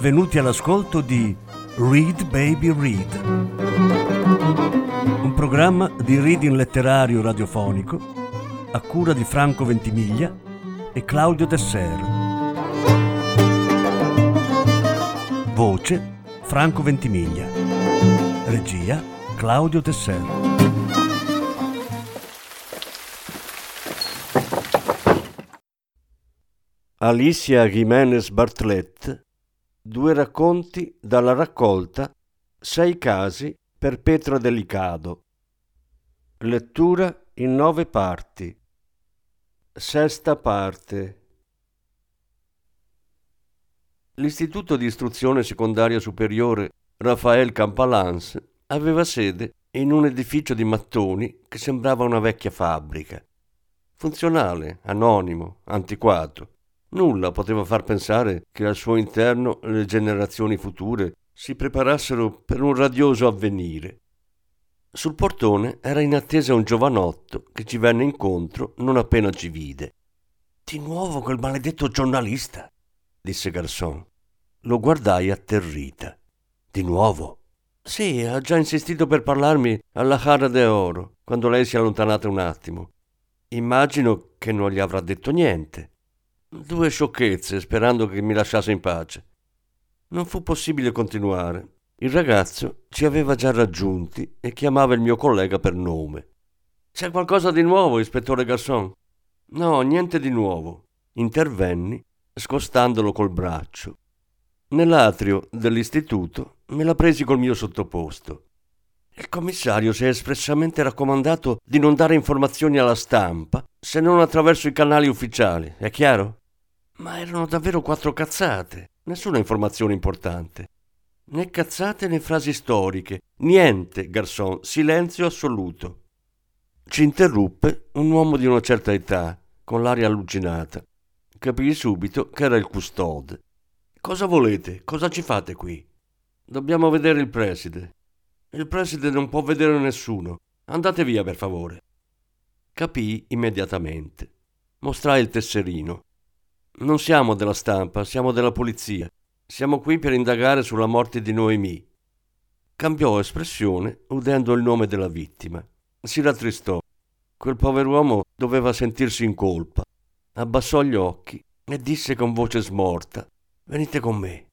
benvenuti all'ascolto di Read Baby Read, un programma di reading letterario radiofonico a cura di Franco Ventimiglia e Claudio Desser. Voce Franco Ventimiglia. Regia Claudio Desser. Alicia Jiménez Bartlett, 2 racconti dalla raccolta 6 casi per Petra Delicado. Lettura in 9 parti. 6ª parte. L'Istituto di Istruzione Secondaria Superiore Rafael Campalans aveva sede in un edificio di mattoni che sembrava una vecchia fabbrica. Funzionale, anonimo, antiquato. Nulla poteva far pensare che al suo interno le generazioni future si preparassero per un radioso avvenire. Sul portone era in attesa un giovanotto che ci venne incontro non appena ci vide. «Di nuovo quel maledetto giornalista», disse Garçon. Lo guardai atterrita. «Di nuovo?» «Sì, ha già insistito per parlarmi alla Jarra de Oro, quando lei si è allontanata un attimo. Immagino che non gli avrà detto niente». 2 sciocchezze, sperando che mi lasciasse in pace. Non fu possibile continuare. Il ragazzo ci aveva già raggiunti e chiamava il mio collega per nome. «C'è qualcosa di nuovo, ispettore Garçon?» «No, niente di nuovo», intervenni, scostandolo col braccio. Nell'atrio dell'istituto me la presi col mio sottoposto. «Il commissario si è espressamente raccomandato di non dare informazioni alla stampa se non attraverso i canali ufficiali, è chiaro?» «Ma erano davvero 4 cazzate, nessuna informazione importante. Né cazzate né frasi storiche, niente, Garçon, silenzio assoluto». Ci interruppe un uomo di una certa età, con l'aria allucinata. Capii subito che era il custode. «Cosa volete? Cosa ci fate qui?» «Dobbiamo vedere il preside». «Il preside non può vedere nessuno. Andate via, per favore». Capii immediatamente. Mostrai il tesserino. «Non siamo della stampa, siamo della polizia. Siamo qui per indagare sulla morte di Noemi». Cambiò espressione udendo il nome della vittima. Si rattristò. Quel pover'uomo doveva sentirsi in colpa. Abbassò gli occhi e disse con voce smorta: «Venite con me».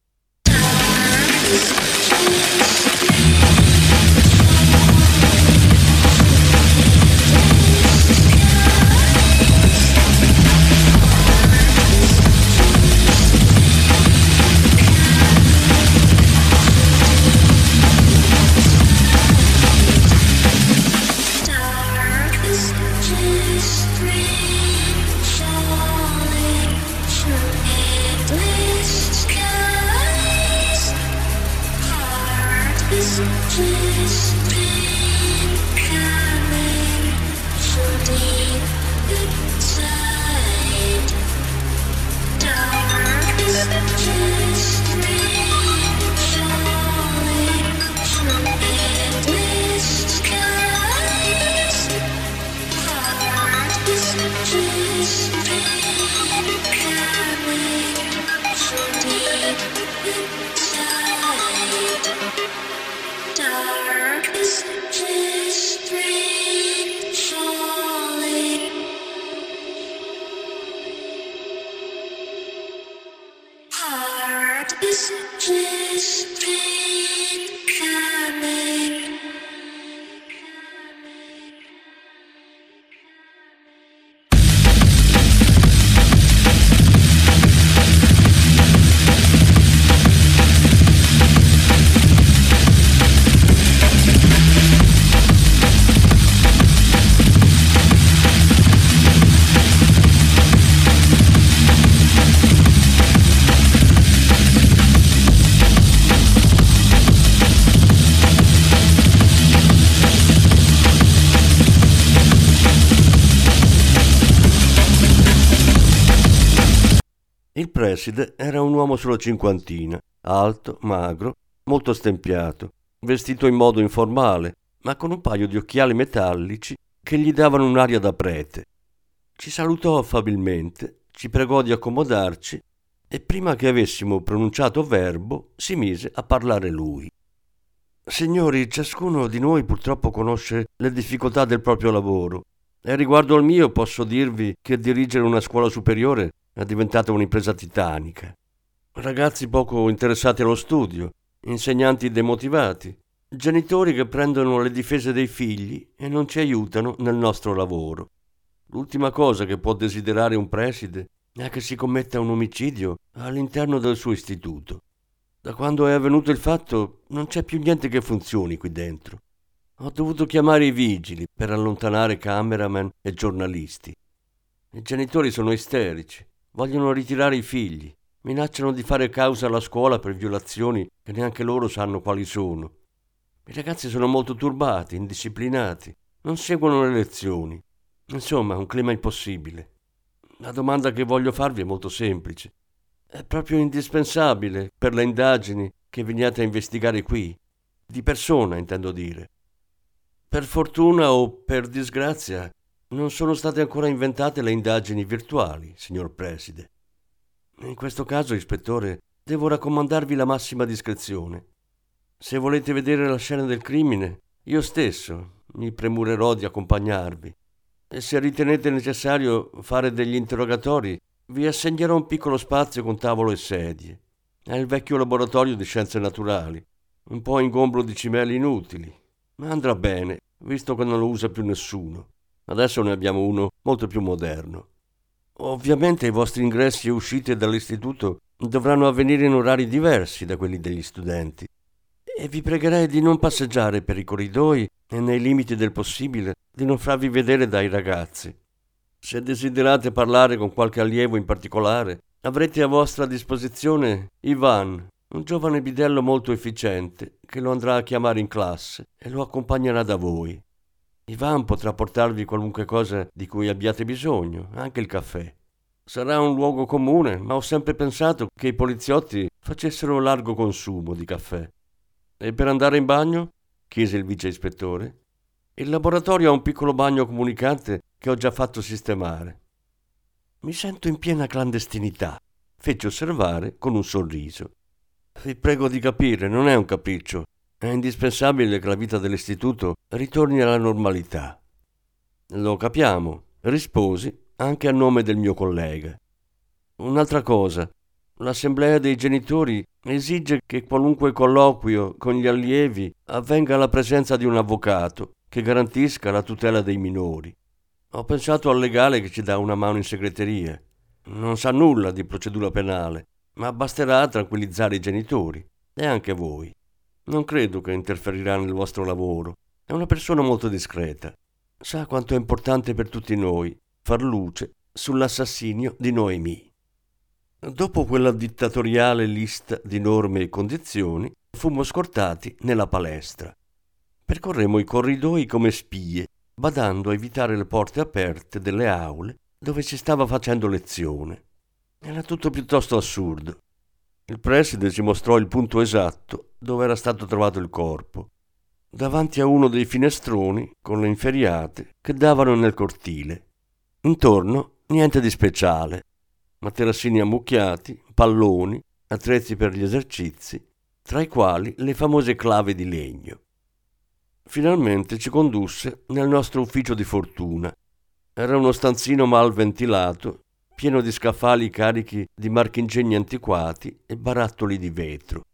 Il preside era un uomo sulla cinquantina, alto, magro, molto stempiato, vestito in modo informale, ma con un paio di occhiali metallici che gli davano un'aria da prete. Ci salutò affabilmente, ci pregò di accomodarci e prima che avessimo pronunciato verbo si mise a parlare lui. Signori, ciascuno di noi purtroppo conosce le difficoltà del proprio lavoro e riguardo al mio posso dirvi che dirigere una scuola superiore è diventata un'impresa titanica. Ragazzi poco interessati allo studio, insegnanti demotivati, genitori che prendono le difese dei figli e non ci aiutano nel nostro lavoro. L'ultima cosa che può desiderare un preside è che si commetta un omicidio all'interno del suo istituto. Da quando è avvenuto il fatto non c'è più niente che funzioni qui dentro. Ho dovuto chiamare i vigili per allontanare cameraman e giornalisti. I genitori sono isterici, vogliono ritirare i figli, minacciano di fare causa alla scuola per violazioni che neanche loro sanno quali sono. I ragazzi sono molto turbati, indisciplinati, non seguono le lezioni. Insomma, un clima impossibile. La domanda che voglio farvi è molto semplice. È proprio indispensabile per le indagini che veniate a investigare qui, di persona intendo dire. Per fortuna o per disgrazia non sono state ancora inventate le indagini virtuali, signor preside. In questo caso, ispettore, devo raccomandarvi la massima discrezione. Se volete vedere la scena del crimine, io stesso mi premurerò di accompagnarvi. E se ritenete necessario fare degli interrogatori, vi assegnerò un piccolo spazio con tavolo e sedie. È il vecchio laboratorio di scienze naturali, un po' ingombro di cimeli inutili, ma andrà bene, visto che non lo usa più nessuno. Adesso ne abbiamo uno molto più moderno. Ovviamente i vostri ingressi e uscite dall'istituto dovranno avvenire in orari diversi da quelli degli studenti e vi pregherei di non passeggiare per i corridoi e nei limiti del possibile di non farvi vedere dai ragazzi. Se desiderate parlare con qualche allievo in particolare, avrete a vostra disposizione Ivan, un giovane bidello molto efficiente che lo andrà a chiamare in classe e lo accompagnerà da voi. Ivan potrà portarvi qualunque cosa di cui abbiate bisogno, anche il caffè. Sarà un luogo comune, ma ho sempre pensato che i poliziotti facessero largo consumo di caffè. E per andare in bagno? Chiese il vice ispettore. Il laboratorio ha un piccolo bagno comunicante che ho già fatto sistemare. Mi sento in piena clandestinità, fece osservare con un sorriso. Vi prego di capire, non è un capriccio. È indispensabile che la vita dell'istituto ritorni alla normalità. Lo capiamo, risposi anche a nome del mio collega. Un'altra cosa, l'assemblea dei genitori esige che qualunque colloquio con gli allievi avvenga alla presenza di un avvocato che garantisca la tutela dei minori. Ho pensato al legale che ci dà una mano in segreteria. Non sa nulla di procedura penale, ma basterà a tranquillizzare i genitori e anche voi. Non credo che interferirà nel vostro lavoro. È una persona molto discreta. Sa quanto è importante per tutti noi far luce sull'assassinio di Noemi. Dopo quella dittatoriale lista di norme e condizioni, fummo scortati nella palestra. Percorremmo i corridoi come spie, badando a evitare le porte aperte delle aule dove si stava facendo lezione. Era tutto piuttosto assurdo. Il preside ci mostrò il punto esatto dove era stato trovato il corpo, davanti a uno dei finestroni con le inferriate che davano nel cortile. Intorno niente di speciale. Materassini ammucchiati, palloni, attrezzi per gli esercizi, tra i quali le famose clave di legno. Finalmente ci condusse nel nostro ufficio di fortuna. Era uno stanzino mal ventilato, pieno di scaffali carichi di marchingegni antiquati e barattoli di vetro.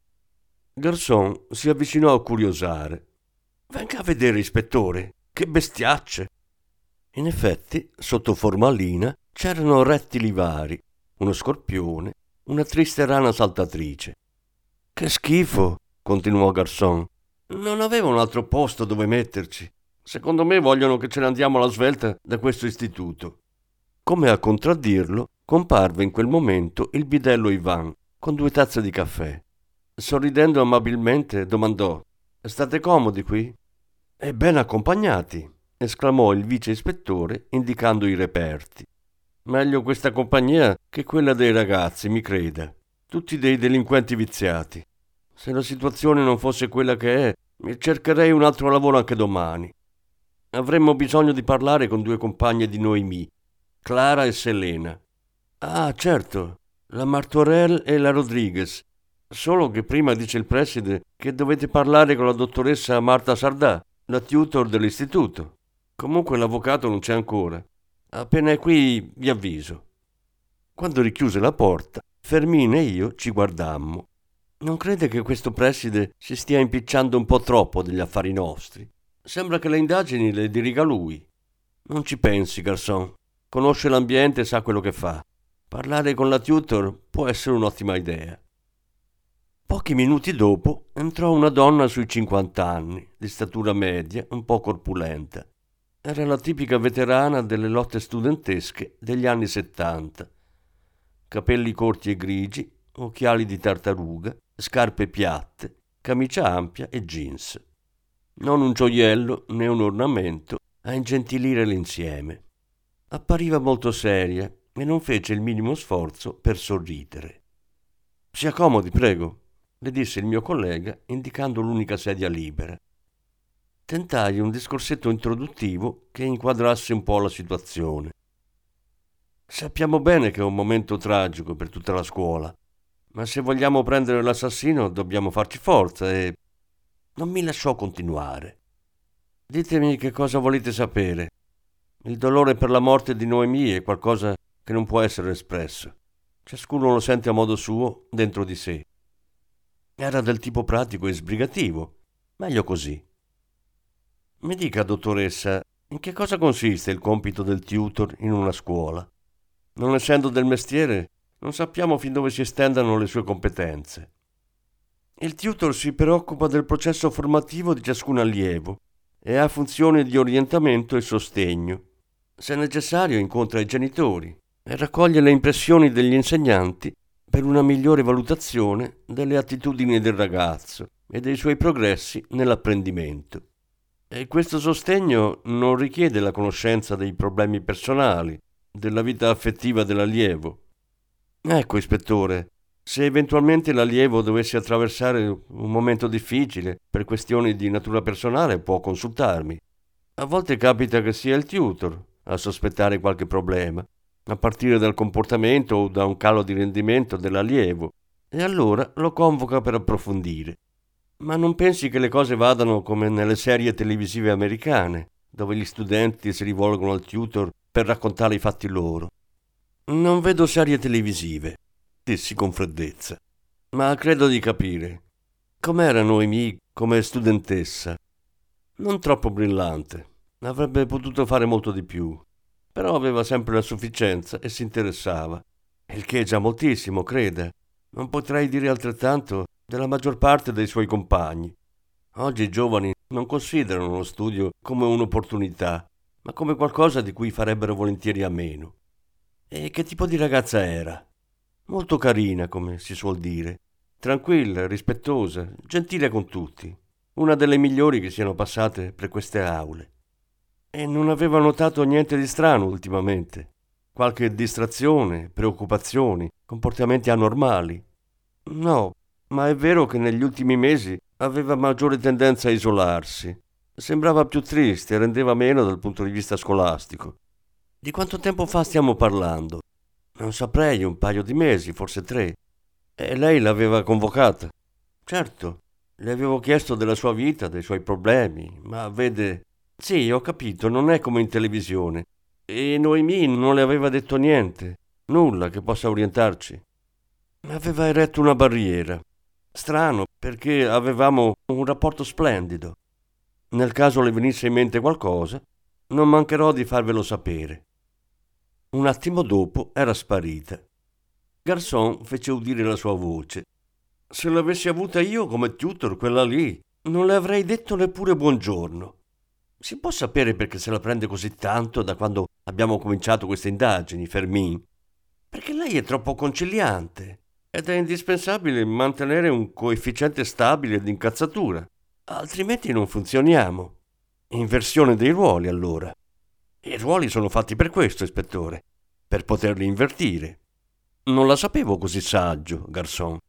Garçon si avvicinò a curiosare. «Venga a vedere, ispettore, che bestiacce!» In effetti, sotto formalina c'erano rettili vari, uno scorpione, una triste rana saltatrice. «Che schifo!» continuò Garçon. «Non avevo un altro posto dove metterci. Secondo me vogliono che ce ne andiamo alla svelta da questo istituto». Come a contraddirlo, comparve in quel momento il bidello Ivan con 2 tazze di caffè. Sorridendo amabilmente domandò: «State comodi qui?» «E ben accompagnati», esclamò il vice ispettore indicando i reperti. «Meglio questa compagnia che quella dei ragazzi, mi creda. Tutti dei delinquenti viziati. Se la situazione non fosse quella che è, cercherei un altro lavoro anche domani. Avremmo bisogno di parlare con 2 compagne di Noemi, Clara e Selena». «Ah, certo. la Martorell e la Rodriguez. Solo che prima dice il preside che dovete parlare con la dottoressa Marta Sardà, la tutor dell'istituto. Comunque l'avvocato non c'è ancora. Appena è qui vi avviso. Quando richiuse la porta, Fermina e io ci guardammo. Non crede che questo preside si stia impicciando un po' troppo degli affari nostri? Sembra che le indagini le diriga lui. Non ci pensi, garçon. Conosce l'ambiente e sa quello che fa. Parlare con la tutor può essere un'ottima idea. Pochi minuti dopo entrò una donna sui 50 anni, di statura media, un po' corpulenta. Era la tipica veterana delle lotte studentesche degli anni 70. Capelli corti e grigi, occhiali di tartaruga, scarpe piatte, camicia ampia e jeans. Non un gioiello né un ornamento a ingentilire l'insieme. Appariva molto seria e non fece il minimo sforzo per sorridere. «Si accomodi, prego», le disse il mio collega, indicando l'unica sedia libera. Tentai un discorsetto introduttivo che inquadrasse un po' la situazione. «Sappiamo bene che è un momento tragico per tutta la scuola, ma se vogliamo prendere l'assassino dobbiamo farci forza e...» Non mi lasciò continuare. «Ditemi che cosa volete sapere. Il dolore per la morte di Noemi è qualcosa che non può essere espresso. Ciascuno lo sente a modo suo dentro di sé. Era del tipo pratico e sbrigativo. Meglio così. Mi dica, dottoressa, in che cosa consiste il compito del tutor in una scuola? Non essendo del mestiere, non sappiamo fin dove si estendano le sue competenze. Il tutor si preoccupa del processo formativo di ciascun allievo e ha funzioni di orientamento e sostegno. Se necessario incontra i genitori e raccoglie le impressioni degli insegnanti per una migliore valutazione delle attitudini del ragazzo e dei suoi progressi nell'apprendimento. E questo sostegno non richiede la conoscenza dei problemi personali, della vita affettiva dell'allievo. Ecco, ispettore, se eventualmente l'allievo dovesse attraversare un momento difficile per questioni di natura personale, può consultarmi. A volte capita che sia il tutor a sospettare qualche problema, a partire dal comportamento o da un calo di rendimento dell'allievo, e allora lo convoca per approfondire. Ma non pensi che le cose vadano come nelle serie televisive americane, dove gli studenti si rivolgono al tutor per raccontare i fatti loro. Non vedo serie televisive, dissi con freddezza, ma credo di capire. Com'era Noemi come studentessa? Non troppo brillante, avrebbe potuto fare molto di più, però aveva sempre la sufficienza e si interessava, il che è già moltissimo, creda. Non potrei dire altrettanto della maggior parte dei suoi compagni. Oggi i giovani non considerano lo studio come un'opportunità, ma come qualcosa di cui farebbero volentieri a meno. E che tipo di ragazza era? Molto carina, come si suol dire, tranquilla, rispettosa, gentile con tutti, una delle migliori che siano passate per queste aule. E non aveva notato niente di strano ultimamente. Qualche distrazione, preoccupazioni, comportamenti anormali? No, ma è vero che negli ultimi mesi aveva maggiore tendenza a isolarsi. Sembrava più triste e rendeva meno dal punto di vista scolastico. Di quanto tempo fa stiamo parlando? Non saprei, un paio di mesi, forse 3. E lei l'aveva convocata. Certo, le avevo chiesto della sua vita, dei suoi problemi, ma vede... Sì, ho capito, non è come in televisione. E Noemi non le aveva detto niente, nulla che possa orientarci. Aveva eretto una barriera. Strano, perché avevamo un rapporto splendido. Nel caso le venisse in mente qualcosa, non mancherò di farvelo sapere. Un attimo dopo era sparita. Garçon fece udire la sua voce. Se l'avessi avuta io come tutor, quella lì, non le avrei detto neppure buongiorno. Si può sapere perché se la prende così tanto da quando abbiamo cominciato queste indagini, Fermin? Perché lei è troppo conciliante ed è indispensabile mantenere un coefficiente stabile di incazzatura, altrimenti non funzioniamo. Inversione dei ruoli, allora. I ruoli sono fatti per questo, ispettore, per poterli invertire. Non la sapevo così saggio, garçon.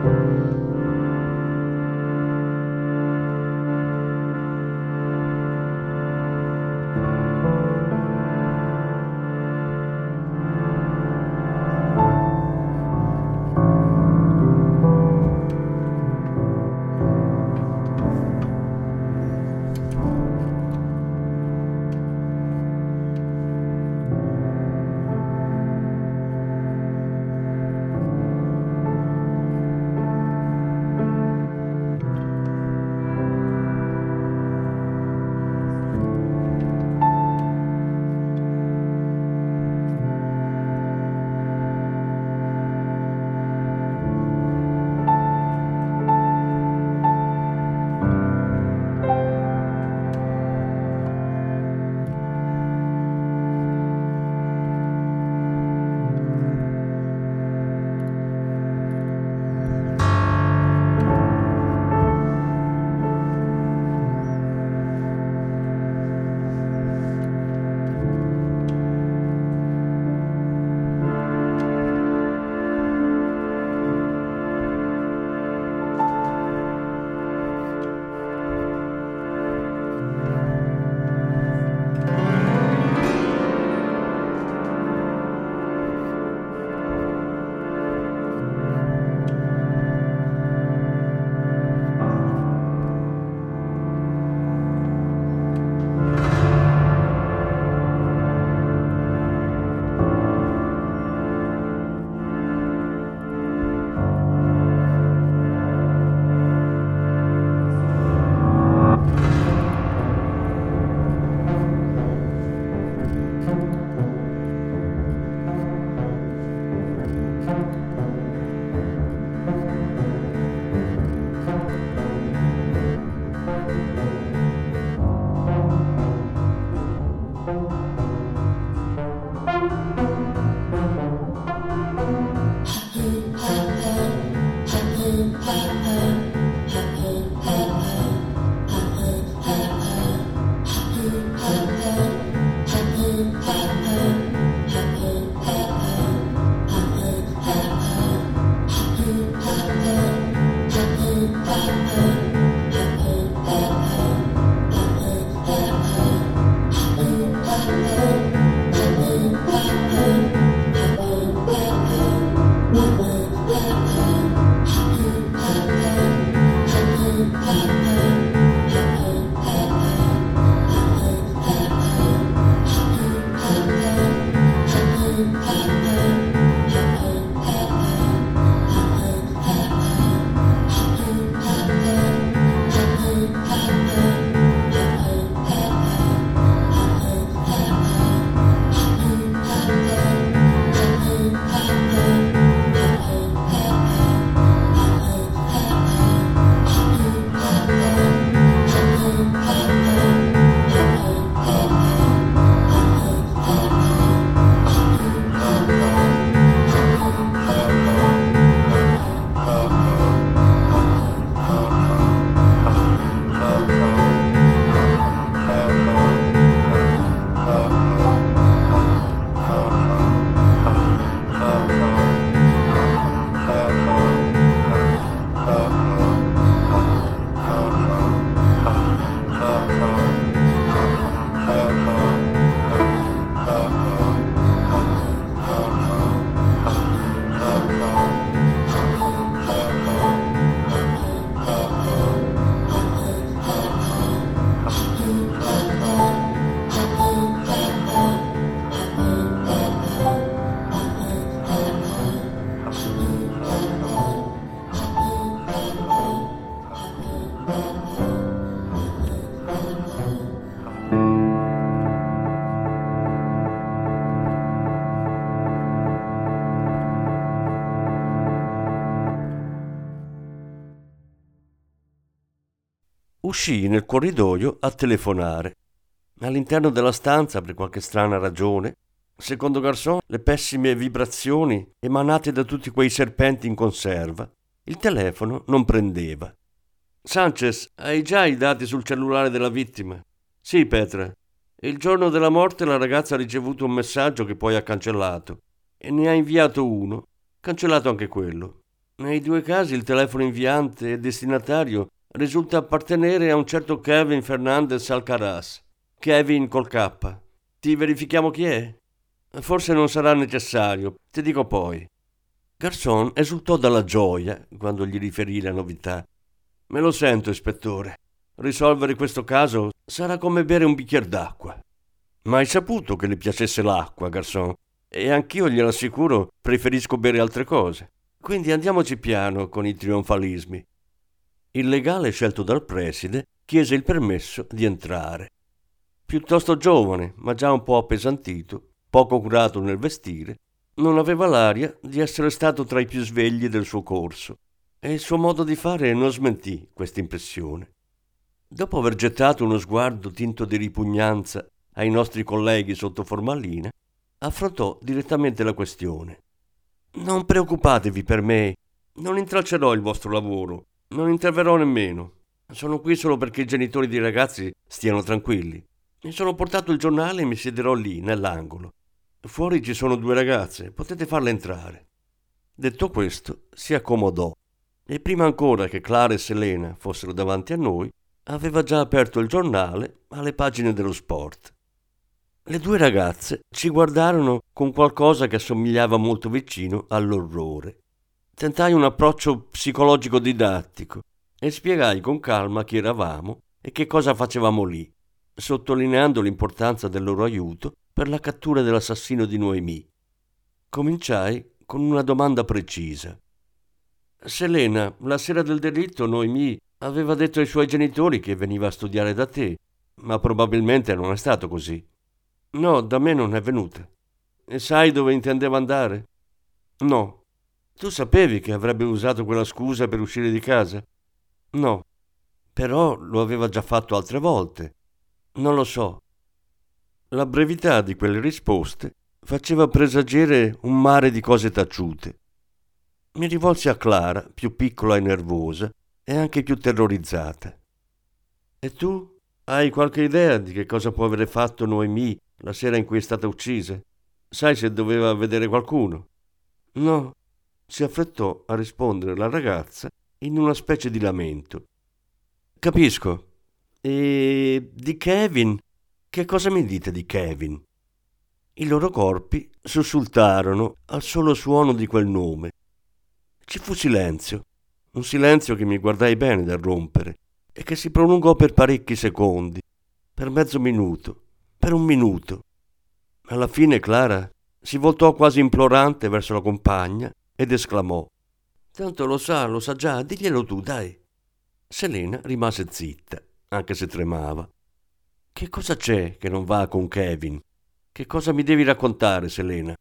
Uscii nel corridoio a telefonare. All'interno della stanza, per qualche strana ragione, secondo Garçon, le pessime vibrazioni emanate da tutti quei serpenti in conserva, il telefono non prendeva. Sanchez, hai già i dati sul cellulare della vittima? Sì, Petra. Il giorno della morte la ragazza ha ricevuto un messaggio che poi ha cancellato e ne ha inviato uno, cancellato anche quello. Nei due casi il telefono inviante e destinatario risulta appartenere a un certo Kevin Fernandez Alcaraz. Kevin col K. Ti verifichiamo chi è? Forse non sarà necessario, ti dico poi. Garçon esultò dalla gioia quando gli riferì la novità. Me lo sento, ispettore. Risolvere questo caso sarà come bere un bicchiere d'acqua. Mai saputo che le piacesse l'acqua, Garçon, e anch'io glielo assicuro preferisco bere altre cose. Quindi andiamoci piano con i trionfalismi. Il legale scelto dal preside chiese il permesso di entrare. Piuttosto giovane, ma già un po' appesantito, poco curato nel vestire, non aveva l'aria di essere stato tra i più svegli del suo corso, e il suo modo di fare non smentì questa impressione. Dopo aver gettato uno sguardo tinto di ripugnanza ai nostri colleghi sotto formalina, affrontò direttamente la questione. Non preoccupatevi per me, non intralcerò il vostro lavoro, non interverrò nemmeno. Sono qui solo perché i genitori dei ragazzi stiano tranquilli. Mi sono portato il giornale e mi siederò lì, nell'angolo. Fuori ci sono 2 ragazze, potete farle entrare. Detto questo, si accomodò e prima ancora che Clara e Selena fossero davanti a noi, aveva già aperto il giornale alle pagine dello sport. Le 2 ragazze ci guardarono con qualcosa che assomigliava molto vicino all'orrore. Tentai un approccio psicologico didattico e spiegai con calma chi eravamo e che cosa facevamo lì, sottolineando l'importanza del loro aiuto per la cattura dell'assassino di Noemi. Cominciai con una domanda precisa. Selena, la sera del delitto Noemi aveva detto ai suoi genitori che veniva a studiare da te, ma probabilmente non è stato così. No, da me non è venuta. E sai dove intendeva andare? No. Tu sapevi che avrebbe usato quella scusa per uscire di casa? No. Però lo aveva già fatto altre volte. Non lo so. La brevità di quelle risposte faceva presagire un mare di cose taciute. Mi rivolsi a Clara, più piccola e nervosa, e anche più terrorizzata. E tu? Hai qualche idea di che cosa può avere fatto Noemi la sera in cui è stata uccisa? Sai se doveva vedere qualcuno? No, si affrettò a rispondere la ragazza in una specie di lamento. Capisco. E di Kevin? Che cosa mi dite di Kevin? I loro corpi sussultarono al solo suono di quel nome. Ci fu silenzio, un silenzio che mi guardai bene da rompere e che si prolungò per parecchi secondi, per mezzo minuto, per un minuto. Alla fine Clara si voltò quasi implorante verso la compagna ed esclamò: «Tanto lo sa già, diglielo tu, dai». Selena rimase zitta, anche se tremava. «Che cosa c'è che non va con Kevin? Che cosa mi devi raccontare, Selena?»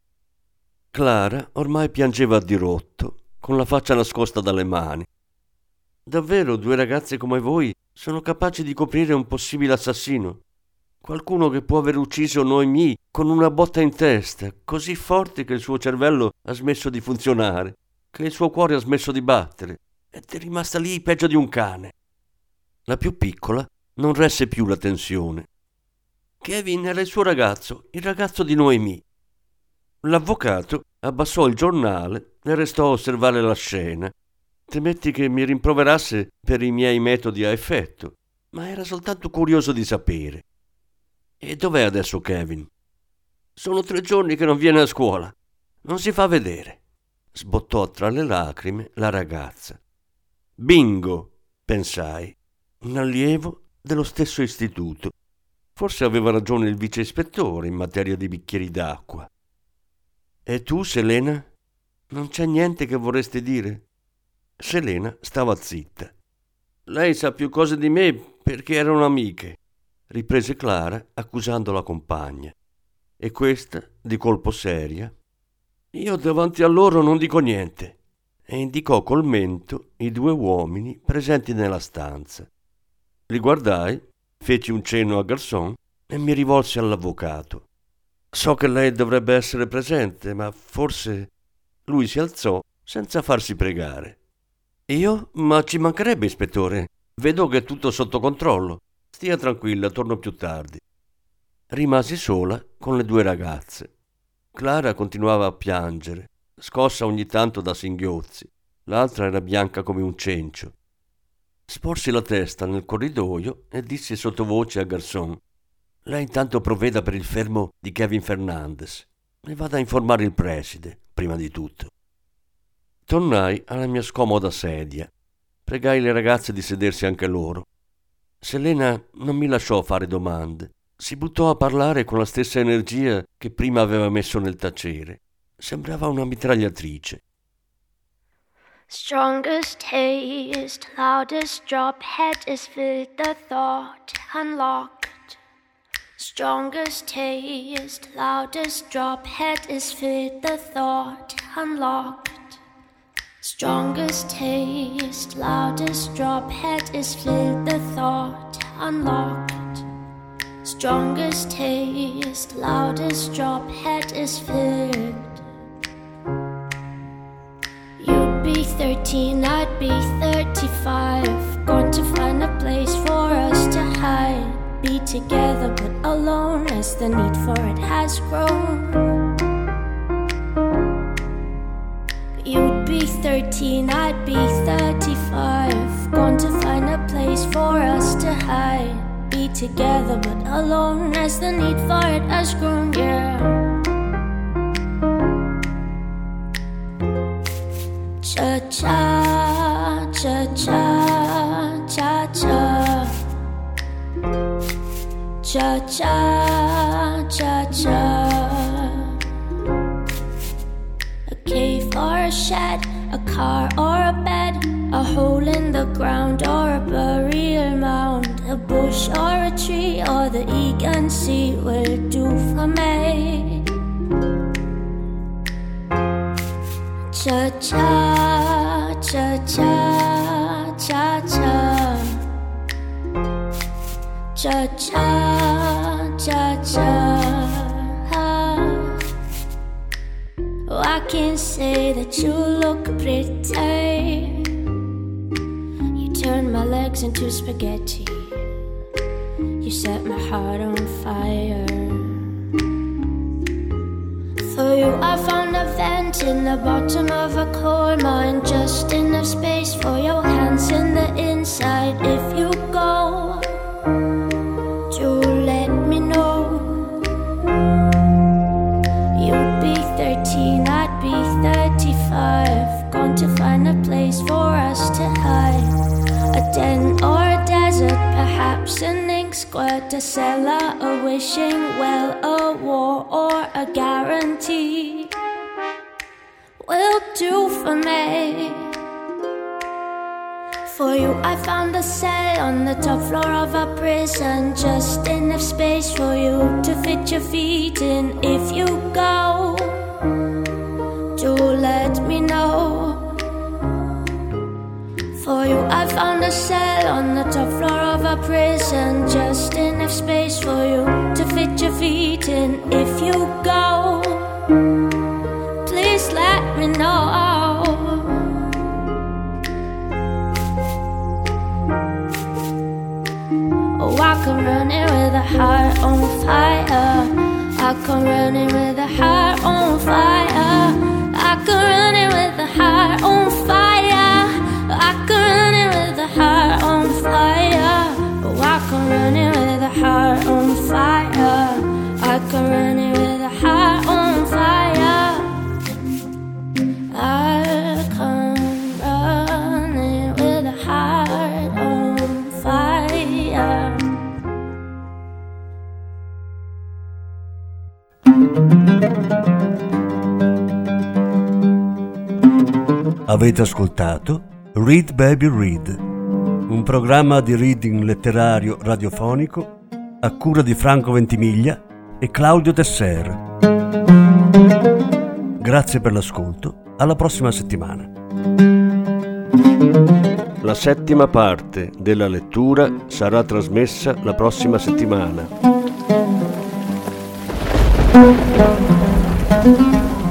Clara ormai piangeva a dirotto, con la faccia nascosta dalle mani. «Davvero 2 ragazze come voi sono capaci di coprire un possibile assassino? Qualcuno che può aver ucciso Noemi con una botta in testa, così forte che il suo cervello ha smesso di funzionare, che il suo cuore ha smesso di battere, ed è rimasta lì peggio di un cane». La più piccola non resse più la tensione. Kevin era il suo ragazzo, il ragazzo di Noemi. L'avvocato abbassò il giornale e restò a osservare la scena. Temetti che mi rimproverasse per i miei metodi a effetto, ma era soltanto curioso di sapere. «E dov'è adesso Kevin?» «Sono 3 giorni che non viene a scuola. Non si fa vedere», sbottò tra le lacrime la ragazza. «Bingo», pensai, un allievo dello stesso istituto. Forse aveva ragione il vice ispettore in materia di bicchieri d'acqua. «E tu, Selena? Non c'è niente che vorresti dire?» Selena stava zitta. «Lei sa più cose di me perché erano amiche», riprese Clara accusando la compagna. E questa, di colpo seria: «Io davanti a loro non dico niente», e indicò col mento i 2 uomini presenti nella stanza. Li guardai, feci un cenno a Garçon e mi rivolsi all'avvocato. «So che lei dovrebbe essere presente, ma forse...» Lui si alzò senza farsi pregare. «Io? Ma ci mancherebbe, ispettore. Vedo che è tutto sotto controllo. Stia tranquilla, torno più tardi». Rimasi sola con le 2 ragazze. Clara continuava a piangere, scossa ogni tanto da singhiozzi. l'altra era bianca come un cencio. Sporsi la testa nel corridoio e dissi sottovoce a Garçon: «Lei intanto provveda per il fermo di Kevin Fernandez e vada a informare il preside, prima di tutto». Tornai alla mia scomoda sedia. Pregai le ragazze di sedersi anche loro. Selena non mi lasciò fare domande. Si buttò a parlare con la stessa energia che prima aveva messo nel tacere. Sembrava una mitragliatrice. Strongest taste, loudest drop, head is filled, the thought unlocked. Strongest taste, loudest drop, head is filled, the thought unlocked. Strongest taste, loudest drop, head is filled, the thought unlocked. Strongest taste, loudest drop, head is filled. You'd be 13, I'd be 35. Going to find a place for us to hide. Be together but alone as the need for it has grown. You'd be 13, I'd be 35. Going to find a place for us to hide. Be together but alone as the need for it has grown, yeah. Cha-cha, cha-cha, cha-cha. Cha-cha, cha-cha. A cave or a shed, a car or a bed, a hole in the ground or a burial mound, a bush or a tree or the Egan Sea will do for me. Cha-cha, cha-cha, cha-cha. Cha-cha, cha-cha. Oh, I can say that you look pretty. You turn my legs into spaghetti. You set my heart on fire. For you I found a vent in the bottom of a coal mine. Just enough space for your hands in the inside. If you go, do let me know. You'd be 13, I'd be 35. Gone to find a place for us to hide. A den or a desert, perhaps an ink squirt, a cellar, a wishing well, a war or a guarantee will do for me. For you I found a cell on the top floor of a prison. Just enough space for you to fit your feet in. If you go, do let me know. For you I found a cell on the top floor of a prison. Just enough space for you to fit your feet in. If you go, please let me know. Oh, I come running with a heart on fire. I come running with a heart on fire. I come running with a heart on fire. I come running with a heart on fire. Oh, I come running with a heart on fire. I come running with a heart on fire. I come running with a heart on fire. Avete ascoltato Read Baby Read, un programma di reading letterario radiofonico a cura di Franco Ventimiglia e Claudio Tesser. Grazie per l'ascolto, alla prossima settimana. La settima parte della lettura sarà trasmessa la prossima settimana.